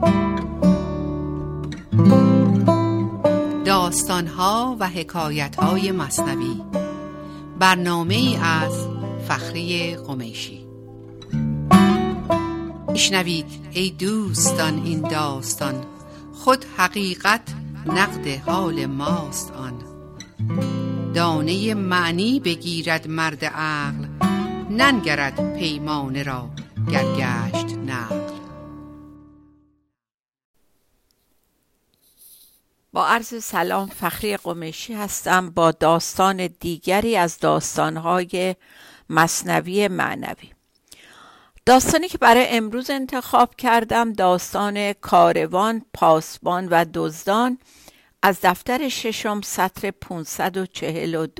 داستان‌ها و حکایت‌های مثنوی، برنامه‌ای از فخری قمیشی. میشنوید ای دوستان این داستان، خود حقیقت نقد حال ماست آن. دانه معنی بگیرد مرد عقل، ننگرد پیمانه را گر گشت نقل. با عرض سلام، فخری قمیشی هستم با داستان دیگری از داستان‌های مثنوی معنوی. داستانی که برای امروز انتخاب کردم داستان کاروان، پاسبان و دزدان از دفتر ششم سطر 542.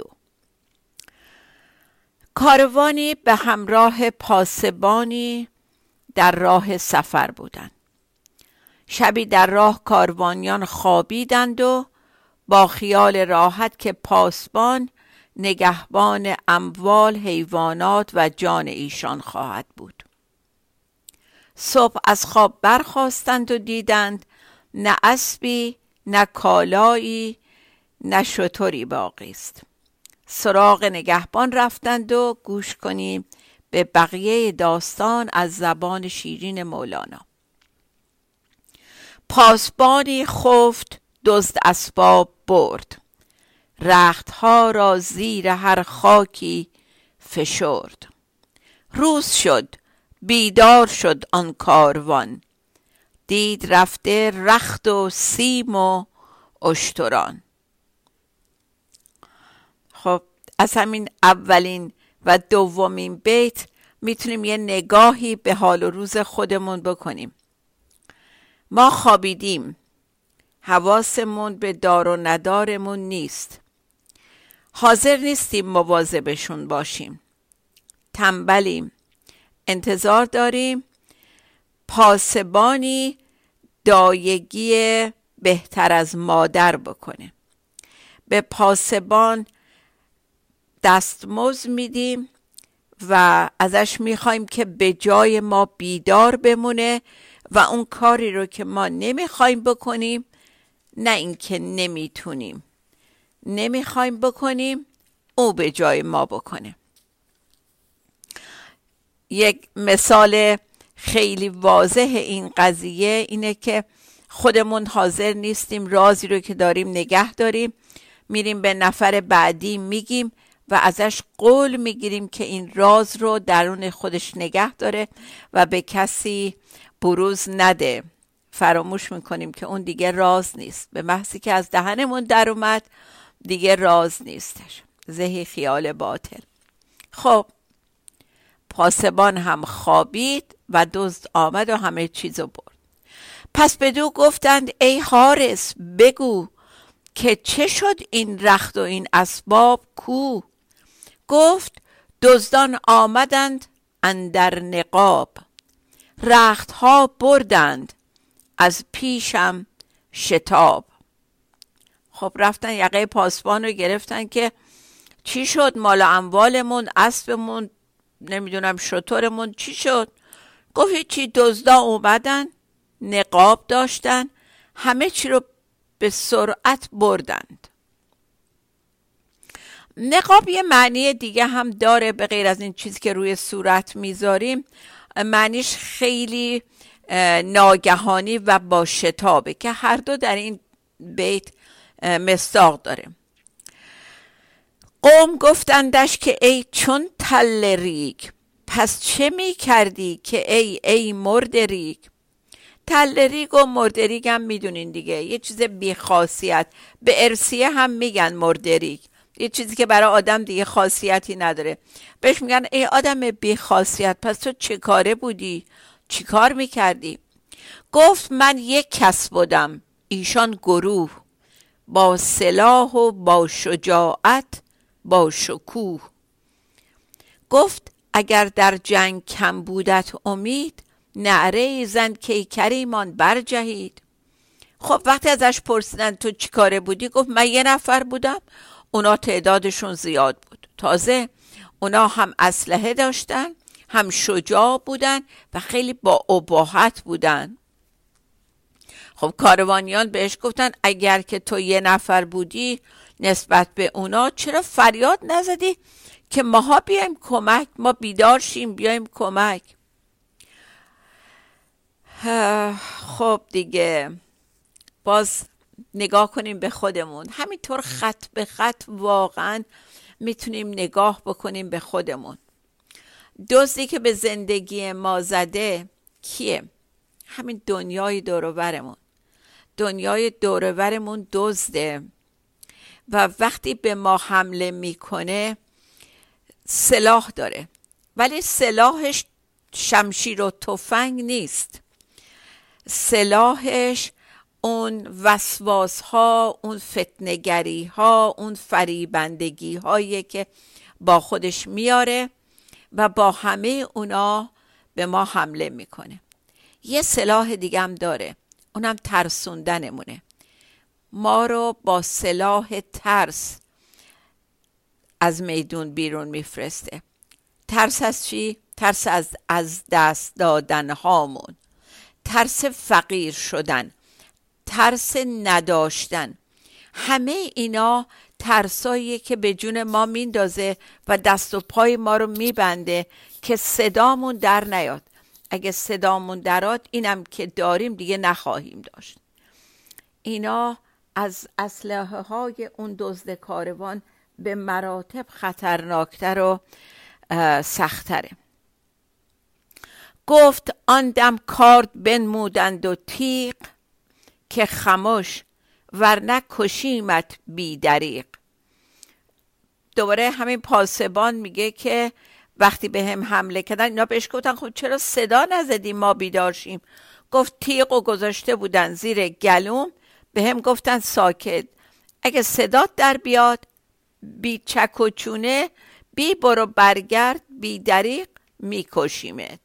کاروانی به همراه پاسبانی در راه سفر بودند. شبی در راه کاروانیان خوابیدند و با خیال راحت که پاسبان نگهبان اموال، حیوانات و جان ایشان خواهد بود. صبح از خواب برخاستند و دیدند نه اسبی، نه کالایی، نه شتری باقی است. سراغ نگهبان رفتند و گوش کنیم به بقیه داستان از زبان شیرین مولانا. پاسبانی خفت دزد اسباب برد، رختها را زیر هر خاکی فشرد. روز شد بیدار شد آن کاروان، دید رفته رخت و سیم و اشتران. خب از همین اولین و دومین بیت میتونیم یه نگاهی به حال و روز خودمون بکنیم. ما خوابیدیم، حواسمون به دار و ندارمون نیست، حاضر نیستیم مواظبشون باشیم، تنبلیم، انتظار داریم پاسبانی دایگی بهتر از مادر بکنه. به پاسبان دستمزد میدیم و ازش میخوایم که به جای ما بیدار بمونه و اون کاری رو که ما نمیخوایم بکنیم، نه اینکه نمیخوایم بکنیم، او به جای ما بکنه. یک مثال خیلی واضح این قضیه اینه که خودمون حاضر نیستیم رازی رو که داریم نگه داریم، میریم به نفر بعدی میگیم و ازش قول میگیریم که این راز رو درون خودش نگه داره و به کسی بروز نده. فراموش میکنیم که اون دیگه راز نیست، به محضی که از دهنمون در اومد دیگه راز نیستش، زهی خیال باطل. خب پاسبان هم خوابید و دزد آمد و همه چیزو برد. پس بدو گفتند ای حارس بگو که چه شد این رخت و این اسباب کو؟ گفت دزدان آمدند اندر نقاب، رختها بردند از پیشم شتاب. خب رفتن یقه پاسبان رو گرفتن که چی شد، مال اموالمون، اسبمون، نمیدونم شترمون چی شد؟ گفت چی، دزدا اومدن، نقاب داشتن، همه چی رو به سرعت بردند. نقاب یه معنی دیگه هم داره به غیر از این چیزی که روی صورت میذاریم. معنیش خیلی ناگهانی و با شتابه که هر دو در این بیت مصداق داره. قوم گفتندش که ای چون تل ریگ، پس چه می کردی که ای مرد ریگ؟ تل ریگ و مرد ریگ هم میدونین دیگه، یه چیز بی خاصیت. به ارسیه هم میگن مرد ریگ، یه چیزی که برای آدم دیگه خاصیتی نداره. بهش میگن ای آدم بی خاصیت، پس تو چه کاره بودی؟ چی کار میکردی؟ گفت من یک کس بودم، ایشان گروه، با سلاح و با شجاعت با شکوه. گفت اگر در جنگ کم بودت امید، نعره زن که کریمان برجهید. خب وقتی ازش پرسیدن تو چی کاره بودی، گفت من یه نفر بودم، اونا تعدادشون زیاد بود، تازه اونا هم اسلحه داشتن، هم شجاع بودن و خیلی با اباحت بودن. خب کاروانیان بهش گفتن اگر که تو یه نفر بودی نسبت به اونا چرا فریاد نزدی که ماها بیایم کمک، ما بیدار شیم بیایم کمک. خب دیگه باز نگاه کنیم به خودمون، همینطور خط به خط واقعا میتونیم نگاه بکنیم به خودمون. دزدی که به زندگی ما زده کیه؟ همین دنیای دور و برمون. دنیای دور و برمون دزده و وقتی به ما حمله میکنه سلاح داره، ولی سلاحش شمشیر و تفنگ نیست. سلاحش اون وسواس ها، اون فتنگری ها، اون فریبندگی هایی که با خودش میاره و با همه اونا به ما حمله میکنه. یه سلاح دیگه هم داره، اونم ترسوندنمونه. ما رو با سلاح ترس از میدون بیرون میفرسته. ترس از چی؟ ترس از دست دادن هامون، ترس فقیر شدن، ترس نداشتن. همه اینا ترساییه که به جون ما میندازه و دست و پای ما رو میبنده که صدامون در نیاد. اگه صدامون دراد اینم که داریم دیگه نخواهیم داشت. اینا از اسلحه های اون دزد کاروان به مراتب خطرناکتر و سختره. گفت آن دم کارد بنمودند و تیغ، که خموش ورنه کشیمت بی دریغ. دوباره همین پاسبان میگه که وقتی به هم حمله کردن اینا بهش گفتن خب چرا صدا نزدیم ما بیدار شیم؟ گفت تیغ و گذاشته بودن زیر گلوم، به هم گفتن ساکت، اگه صدات در بیاد بی چک و چونه، بی برو برگرد، بی دریغ میکشیمت.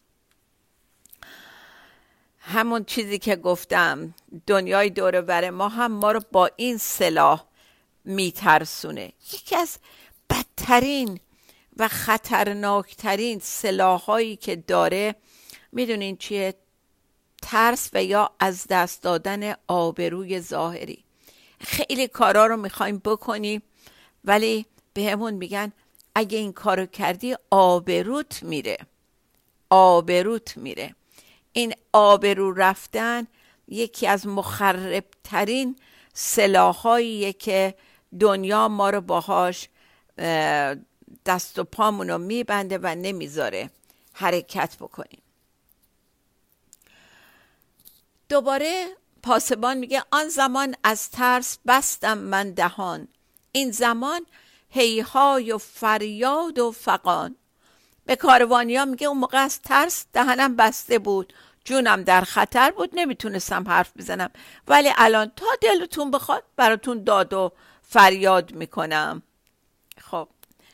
همون چیزی که گفتم، دنیای دور و بر ما هم ما رو با این سلاح میترسونه. یکی از بدترین و خطرناکترین سلاحایی که داره میدونین چیه؟ ترس و یا از دست دادن آبروی ظاهری. خیلی کارا رو میخوایم بکنیم ولی بهمون میگن اگه این کارو کردی آبروت میره، آبروت میره. این آبرو رفتن یکی از مخربترین سلاحاییه که دنیا ما رو باهاش دست و پامونو میبنده و نمیذاره حرکت بکنیم. دوباره پاسبان میگه آن زمان از ترس بستم من دهان، این زمان هیهای و فریاد و فغان. به کاروانیا میگه اون موقع از ترس دهنم بسته بود، جونم در خطر بود، نمیتونستم حرف بزنم، ولی الان تا دلتون بخواد براتون داد و فریاد میکنم. خب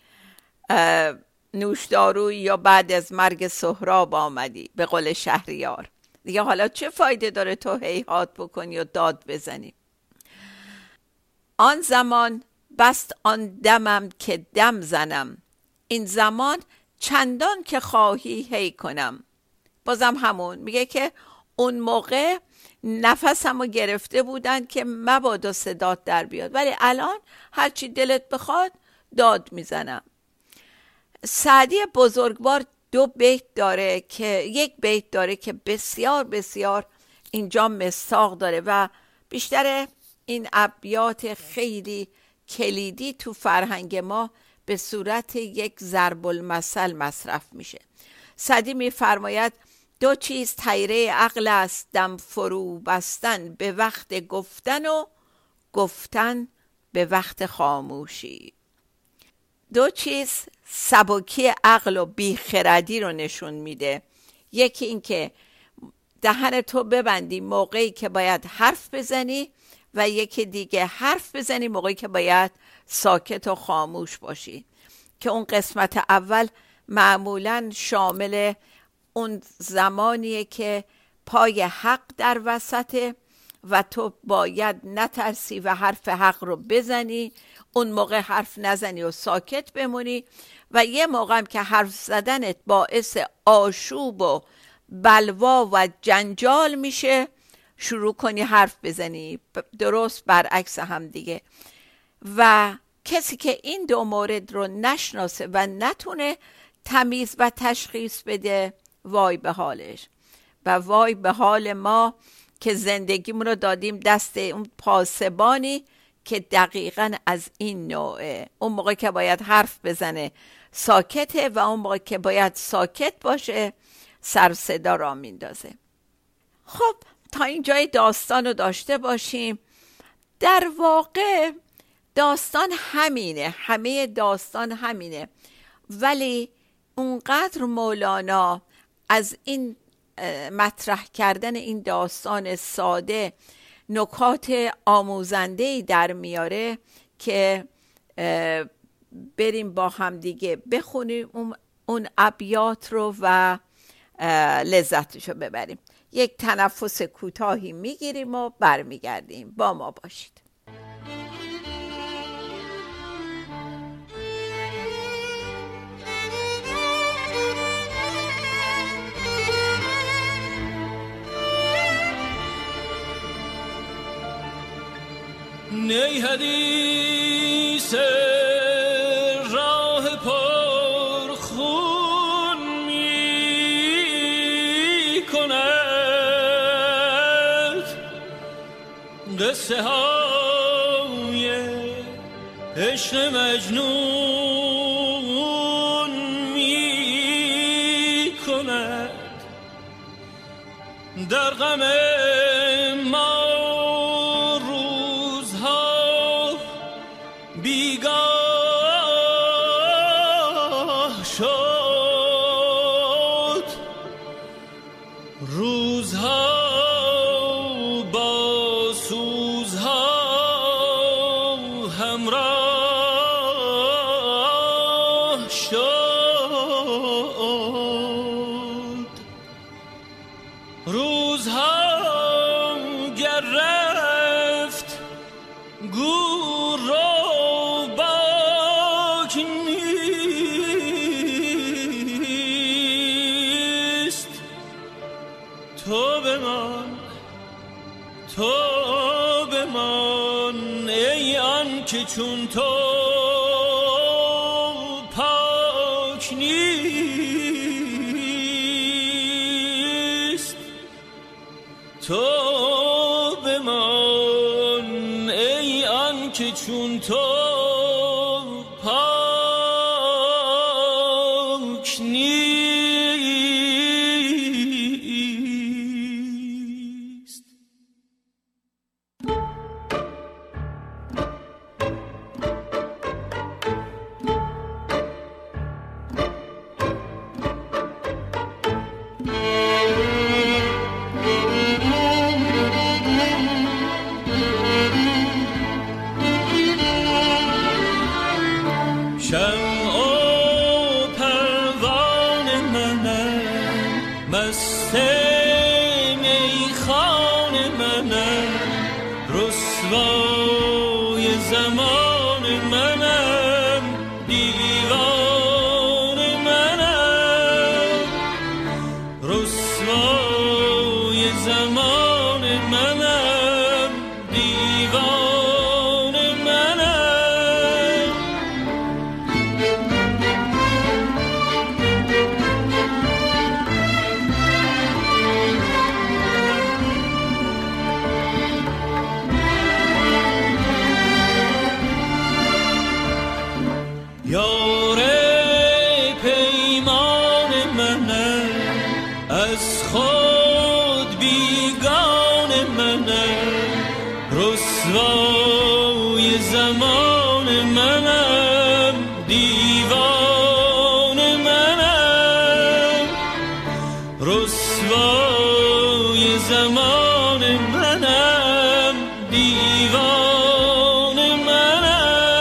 نوشداروی یا بعد از مرگ سهراب آمدی، به قول شهریار دیگه حالا چه فایده داره تو هیهات بکنی و داد بزنی؟ آن زمان بست آن دمم که دم زنم، این زمان چندان که خواهی هی کنم. بازم همون میگه که اون موقع نفسمو گرفته بودن که مبادا صدات در بیاد، ولی الان هرچی دلت بخواد داد میزنم. سعدی بزرگوار دو بیت داره که یک بیت داره که بسیار بسیار اینجا مصداق داره و بیشتر این ابیات خیلی کلیدی تو فرهنگ ما به صورت یک ضرب المثل مصرف میشه. سعدی میفرماید دو چیز طیره عقل است، دم فرو بستن به وقت گفتن و گفتن به وقت خاموشی. دو چیز سبکی عقل و بیخردی رو نشون میده. یکی این که دهن تو ببندی موقعی که باید حرف بزنی و یکی دیگه حرف بزنی موقعی که باید ساکت و خاموش باشی، که اون قسمت اول معمولاً شامل اون زمانیه که پای حق در وسطه و تو باید نترسی و حرف حق رو بزنی، اون موقع حرف نزنی و ساکت بمونی، و یه موقع هم که حرف زدنت باعث آشوب و بلوا و جنجال میشه شروع کنی حرف بزنی، درست برعکس هم دیگه. و کسی که این دو مورد رو نشناسه و نتونه تمیز و تشخیص بده، وای به حالش و وای به حال ما که زندگیمون رو دادیم دست اون پاسبانی که دقیقاً از این نوعه. اون موقع که باید حرف بزنه ساکته و اون موقع که باید ساکت باشه سر صدا را میندازه. خب تا این جای داستان رو داشته باشیم. در واقع داستان همینه، همه داستان همینه، ولی اونقدر مولانا از این مطرح کردن این داستان ساده نکات آموزنده‌ای در میاره که بریم با هم دیگه بخونیم اون ابیات رو و لذتشو ببریم. یک تنفس کوتاهی میگیریم و برمیگردیم. با ما باشید. نی حدیث راه پر خون می کند، قصه های عشق مجنون می کند، در غم ما بیگاه شد، روزها با سوزها همراه شد، روزها گر رفت گور را تو بمان ای آن که چون تو پاک نیست، تو بمان ای آن که چون تو پاک نیست. رسوای زمان منم، دیوان منم، رسوای زمان منم، دیوان منم. یار پیمان منم، از خود بیگان منم، رسوای زمان منم، دیوان منم، رسوای زمان منم، دیوان منم.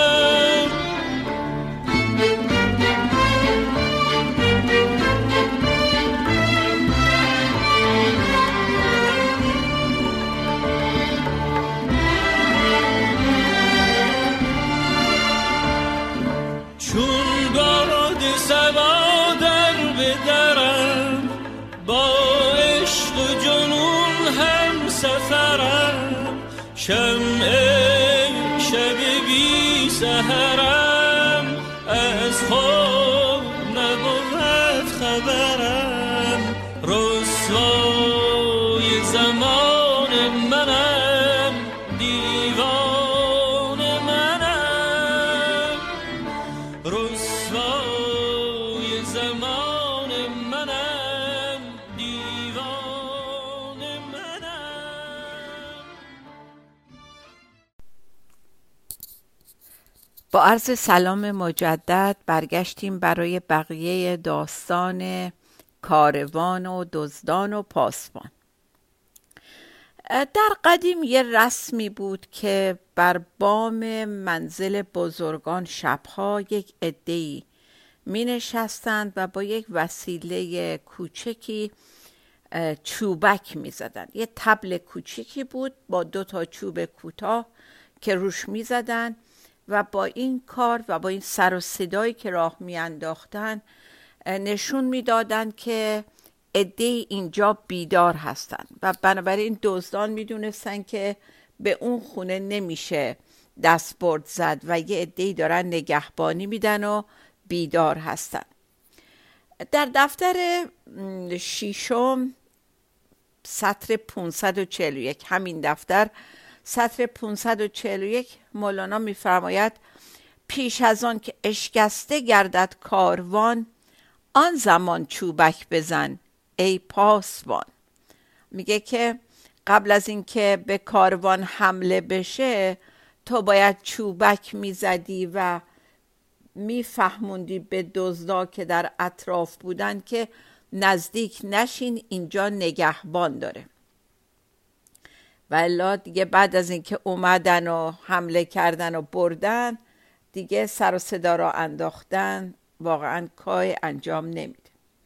چون باد صبا در به درم، با عشق و جنون سفرم، شمع شب بی سحرم، از خواب نبود خبرم، رسوای زمان منم، دیوان منم، رسوای زمان منم، دیوان منم. با عرض سلام مجدد برگشتیم برای بقیه داستان کاروان و دزدان و پاسبان. در قدیم یه رسمی بود که بر بام منزل بزرگان شبها یک عده‌ای می نشستند و با یک وسیله کوچکی چوبک می زدن. یه طبل کوچکی بود با 2 چوب کوتاه که روش می زدن و با این کار و با این سر و صدایی که راه می انداختن نشون می دادن که عده‌ای اینجا بیدار هستن و بنابراین دزدان می دونستن که به اون خونه نمیشه دستبرد زد و یه عده‌ای دارن نگهبانی میدن و بیدار هستن. در دفتر 6 سطر 541 همین دفتر سطر 541 مولانا میفرماید پیش از آن که اشکسته گردد کاروان، آن زمان چوبک بزن ای پاسبان. میگه که قبل از اینکه به کاروان حمله بشه تو باید چوبک میزدی و میفهموندی به دزدا که در اطراف بودن که نزدیک نشین، اینجا نگهبان داره. والا دیگه بعد از اینکه اومدن و حمله کردن و بردن دیگه سر و صدا را انداختن، واقعا کاری انجام نمیده.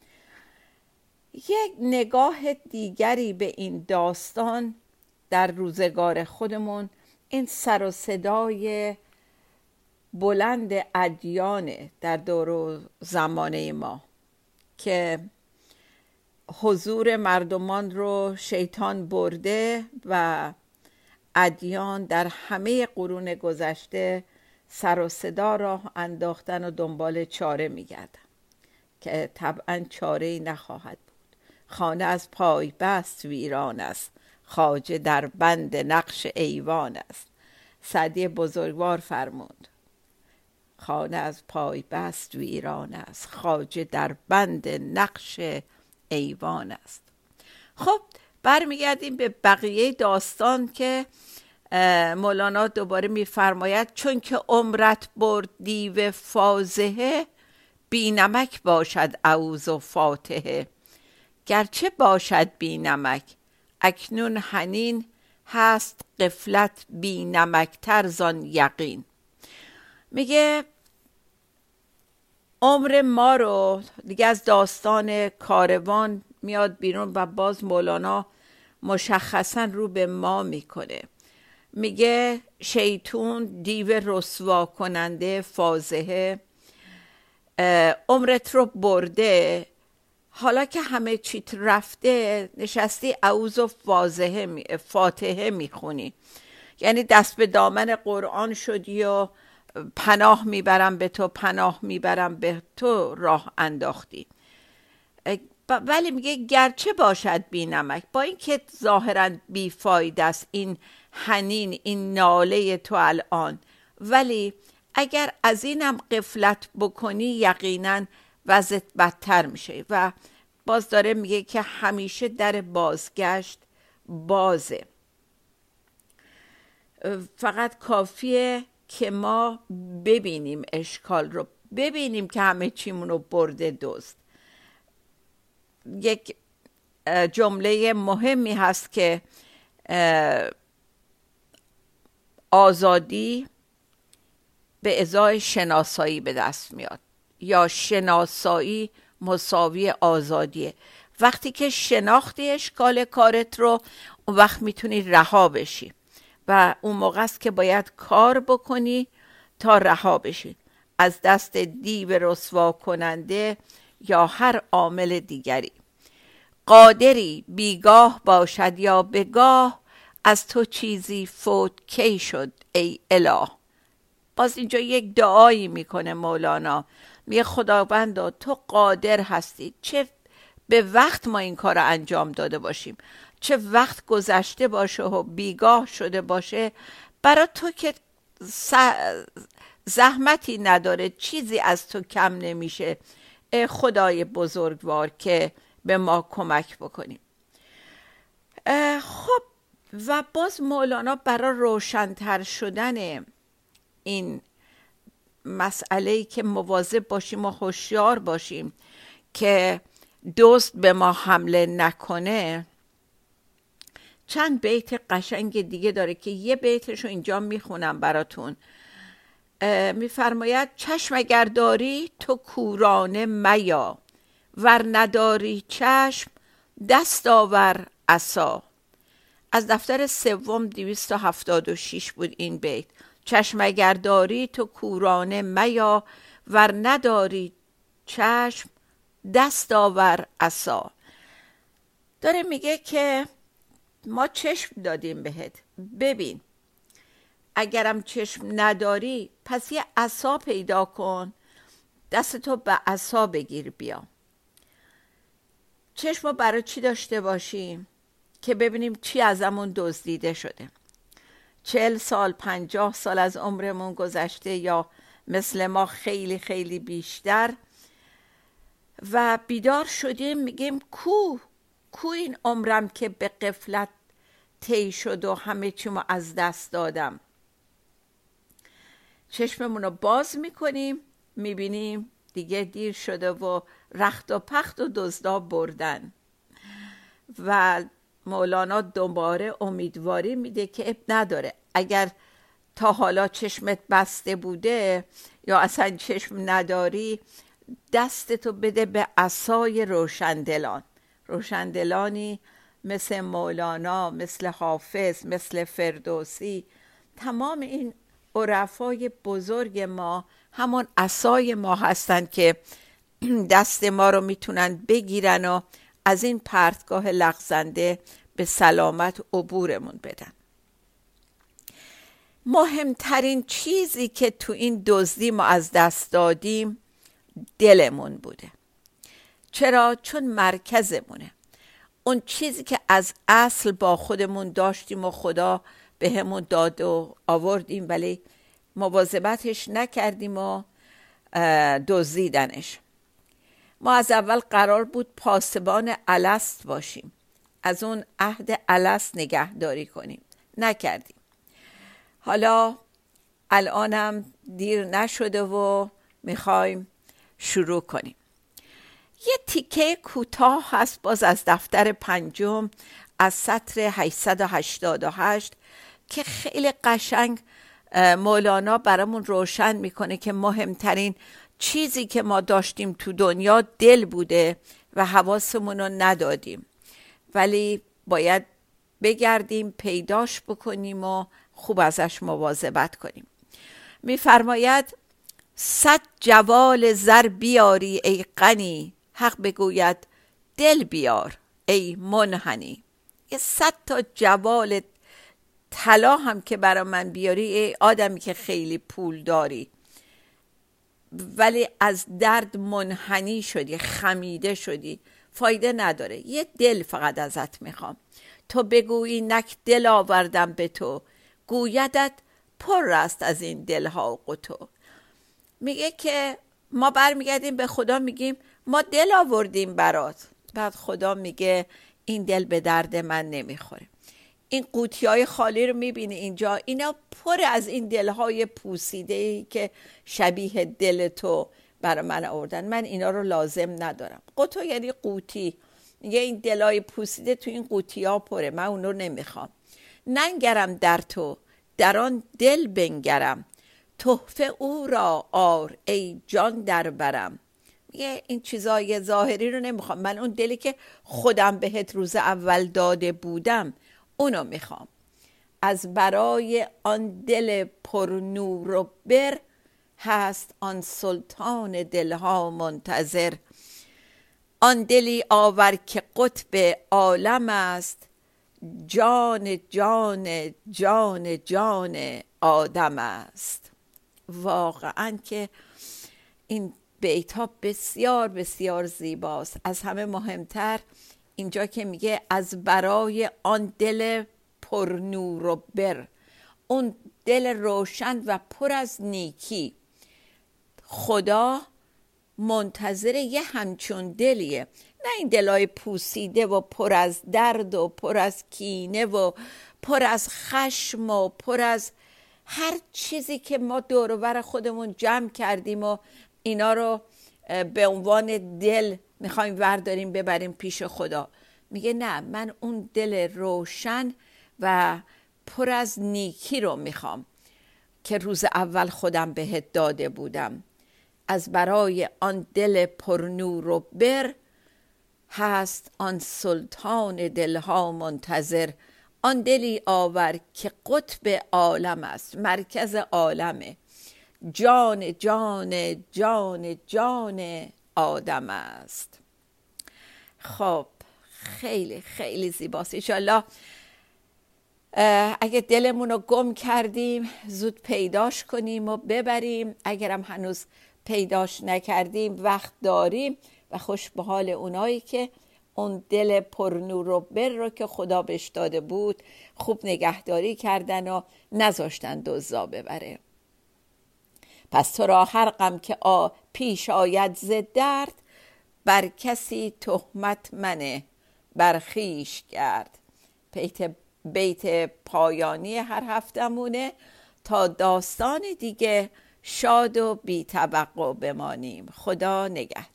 یک نگاه دیگری به این داستان در روزگار خودمون این سر و صدای بلند ادیان در دور و زمانه ما که حضور مردمان رو شیطان برده و ادیان در همه قرون گذشته سر و صدا راه انداختن و دنبال چاره میگردن که طبعا چاره‌ای نخواهد بود. خانه از پای بست ویران است، خواجه در بند نقش ایوان است. سعدی بزرگوار فرمود خانه از پای بست ویران است، خواجه در بند نقش ایوان است. خب برمیگردیم به بقیه داستان که مولانا دوباره میفرماید چون که عمرت برد دیو فازهه، بی نمک باشد عوض و فاتحه. گرچه باشد بی نمک اکنون حنین، هست غفلت بی نمک تر زان یقین. میگه عمر ما رو دیگه از داستان کاروان میاد بیرون و باز مولانا مشخصا رو به ما میکنه. میگه شیطون دیو رسوا کننده فازهه عمرت رو برده، حالا که همه چیت رفته نشستی اعوذ و فاتحه میخونی، یعنی دست به دامن قرآن شدی و پناه میبرم به تو، پناه میبرم به تو راه انداختی. ولی میگه گرچه باشد بی نمک، با این که ظاهرا بی فایده است این حنین، این ناله تو الان، ولی اگر از اینم غفلت بکنی یقینا وضعت بدتر میشه. و باز داره میگه که همیشه در بازگشت بازه، فقط کافیه که ما ببینیم اشکال رو، ببینیم که همه چیمونو برده دزد. یک جمله مهمی هست که آزادی به ازای شناسایی به دست میاد، یا شناسایی مساوی آزادیه. وقتی که شناختی اشکال کارت رو، اون وقت میتونی رها بشی و اون موقع است که باید کار بکنی تا رها بشی از دست دیو رسوا کننده یا هر عامل دیگری. قادری بیگاه باشد یا بگاه، از تو چیزی فوت کی شد ای اله. باز اینجا یک دعایی میکنه مولانا، میگه خداوندا تو قادر هستی، چه به وقت ما این کار رو انجام داده باشیم، چه وقت گذشته باشه و بیگاه شده باشه، برای تو که زحمتی نداره، چیزی از تو کم نمیشه، خدای بزرگوار که به ما کمک بکنیم. خب و باز مولانا برای روشن‌تر شدن این مسئله‌ای که مواظب باشیم و هوشیار باشیم که دزد به ما حمله نکنه، چند بیت قشنگ دیگه داره که یه بیتشو اینجا میخونم براتون. میفرماید چشم اگر داری تو کورانه میا، ور نداری چشم دست آور عصا. از دفتر سوم 276 بود این بیت. چشم اگر داری تو کورانه میا، ور نداری چشم دست آور عصا. داره میگه که ما چشم دادیم بهت، ببین اگرم چشم نداری پس یه عصا پیدا کن، دستتو به عصا بگیر بیا. چشم رو برای چی داشته باشیم؟ که ببینیم چی ازمون دزدیده شده. 40 سال 50 سال از عمرمون گذشته یا مثل ما خیلی خیلی بیشتر و بیدار شدیم میگیم کو این عمرم که به غفلت طی شد و همه چیمو از دست دادم. چشممون رو باز میکنیم میبینیم دیگه دیر شده و رخت و پخت و دزدا بردن. و مولانا دوباره امیدواری میده که اب نداره، اگر تا حالا چشمت بسته بوده یا اصلا چشم نداری، دستتو بده به عصای روشندلان. روشندلانی مثل مولانا، مثل حافظ، مثل فردوسی، تمام این عرفای بزرگ ما همون عصای ما هستند که دست ما رو میتونن بگیرن و از این پرتگاه لغزنده به سلامت عبورمون بدن. مهمترین چیزی که تو این دزدی ما از دست دادیم دلمون بوده. چرا؟ چون مرکزمونه، اون چیزی که از اصل با خودمون داشتیم و خدا به همون داد و آوردیم ولی مواظبتش نکردیم و دزدیدنش. ما از اول قرار بود پاسبان الست باشیم، از اون عهد الست نگهداری کنیم، نکردیم. حالا الانم دیر نشده و میخوایم شروع کنیم. یه تیکه کوتاه هست باز از دفتر پنجم از سطر 888 که خیلی قشنگ مولانا برامون روشن میکنه که مهمترین چیزی که ما داشتیم تو دنیا دل بوده و حواسمون رو ندادیم، ولی باید بگردیم پیداش بکنیم و خوب ازش مواظبت کنیم. میفرماید 100 جوال زر بیاری ای غنی، حق بگوید دل بیار ای منحنی. یه 100 تا جوال طلا هم که برای من بیاری ای آدمی که خیلی پول داری ولی از درد منحنی شدی، خمیده شدی، فایده نداره. یه دل فقط ازت میخوام. تو بگویی نک دل آوردم به تو، گویدت پر است از این دلها و قطو. میگه که ما برمیگردیم به خدا میگیم ما دل آوردیم برات، بعد خدا میگه این دل به درد من نمیخوره. این قوطی‌های خالی رو میبینی اینجا، اینا پر از این دلهای پوسیده‌ای که شبیه دل تو برای من آوردن، من اینا رو لازم ندارم. قطو یعنی قوطی، میگه این دلهای پوسیده تو این قوطی‌ها پره، من اون رو نمیخوام. ننگرم در تو در آن دل بنگرم، تحفه او را آر ای جان در برم. میگه این چیزای ظاهری رو نمیخوام، من اون دلی که خودم بهت روز اول داده بودم اونو میخوام. از برای آن دل پر نور و بر، هست آن سلطان دلها منتظر. آن دلی آور که قطب عالم است، جان جان جان جان آدم است. واقعا که این بیت ها بسیار بسیار زیباست. از همه مهمتر اینجا که میگه از برای آن دل پر نور و بر، اون دل روشن و پر از نیکی. خدا منتظر یه همچون دلیه، نه این دلای پوسیده و پر از درد و پر از کینه و پر از خشم و پر از هر چیزی که ما دور و بر خودمون جمع کردیم و اینا رو به عنوان دل میخوایم ورداریم ببریم پیش خدا. میگه نه، من اون دل روشن و پر از نیکی رو میخوام که روز اول خودم بهت داده بودم. از برای آن دل پر نور و بر، هست آن سلطان دلها منتظر. آن دلی آور که قطب عالم است، مرکز عالمه، جان جان جان جان آدم است. خب خیلی خیلی زیباست. انشالله اگه دلمون رو گم کردیم زود پیداش کنیم و ببریم. اگرم هنوز پیداش نکردیم وقت داریم و خوش به حال اونایی که اون دل پر نور و بر رو که خدا بهش داده بود خوب نگهداری کردن و نذاشتن دزدا ببره. پس تو را هر غم که پیش آید ز درد، بر کسی تهمت منه بر خویش گرد. بیت پایانی هر هفتمونه تا داستان دیگه شاد و بی توقع بمانیم. خدا نگهدار.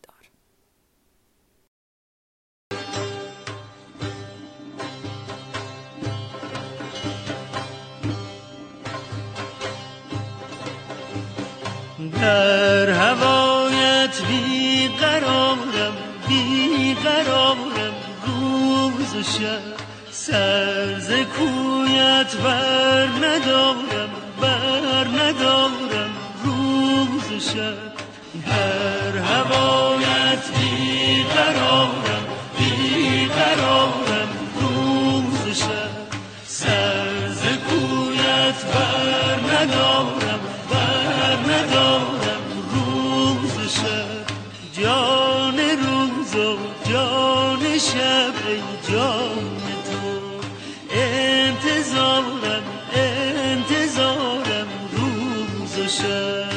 در هوایت بیقرارم بیقرارم، روز و شب سر ز کویت بر ندارم روز و شب. در هوایت بیقرارم بیقرارم، روز و شب سر ز کویت بر ندارم روز و شب. جان روز و جان شب ای جان تو، انتظارم روز و شب.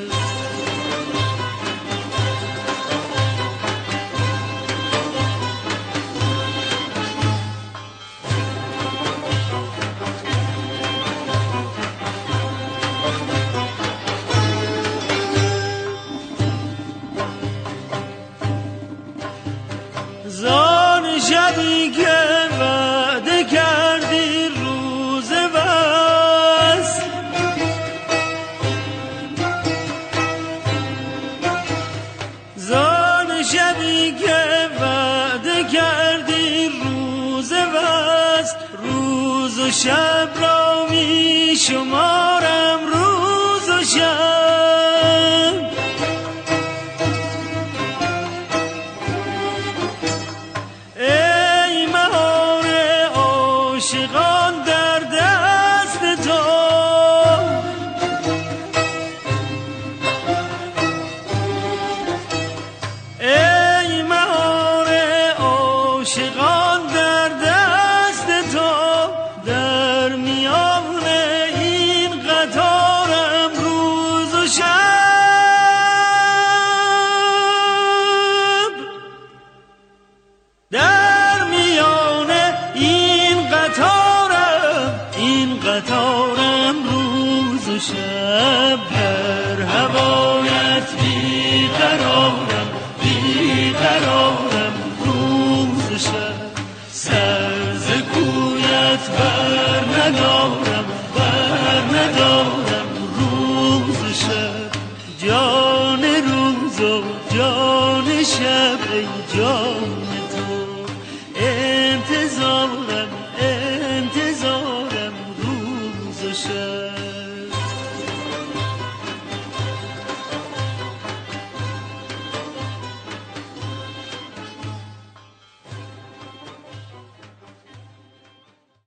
زان شبی که وعده کردی روز بس، زان شبی که وعده کردی روز بس، روز و شب را می شمارم روز و شب. عاشقان در دست تو، ای مهار عاشقان در دست تو، در میان این قطارم روز و شب. در میان این قطارم روز و شب. در هوایت بیقرارم روز و شب، سر ز کویت بر ندارم روز و شب. جان روز و جان شب ای جان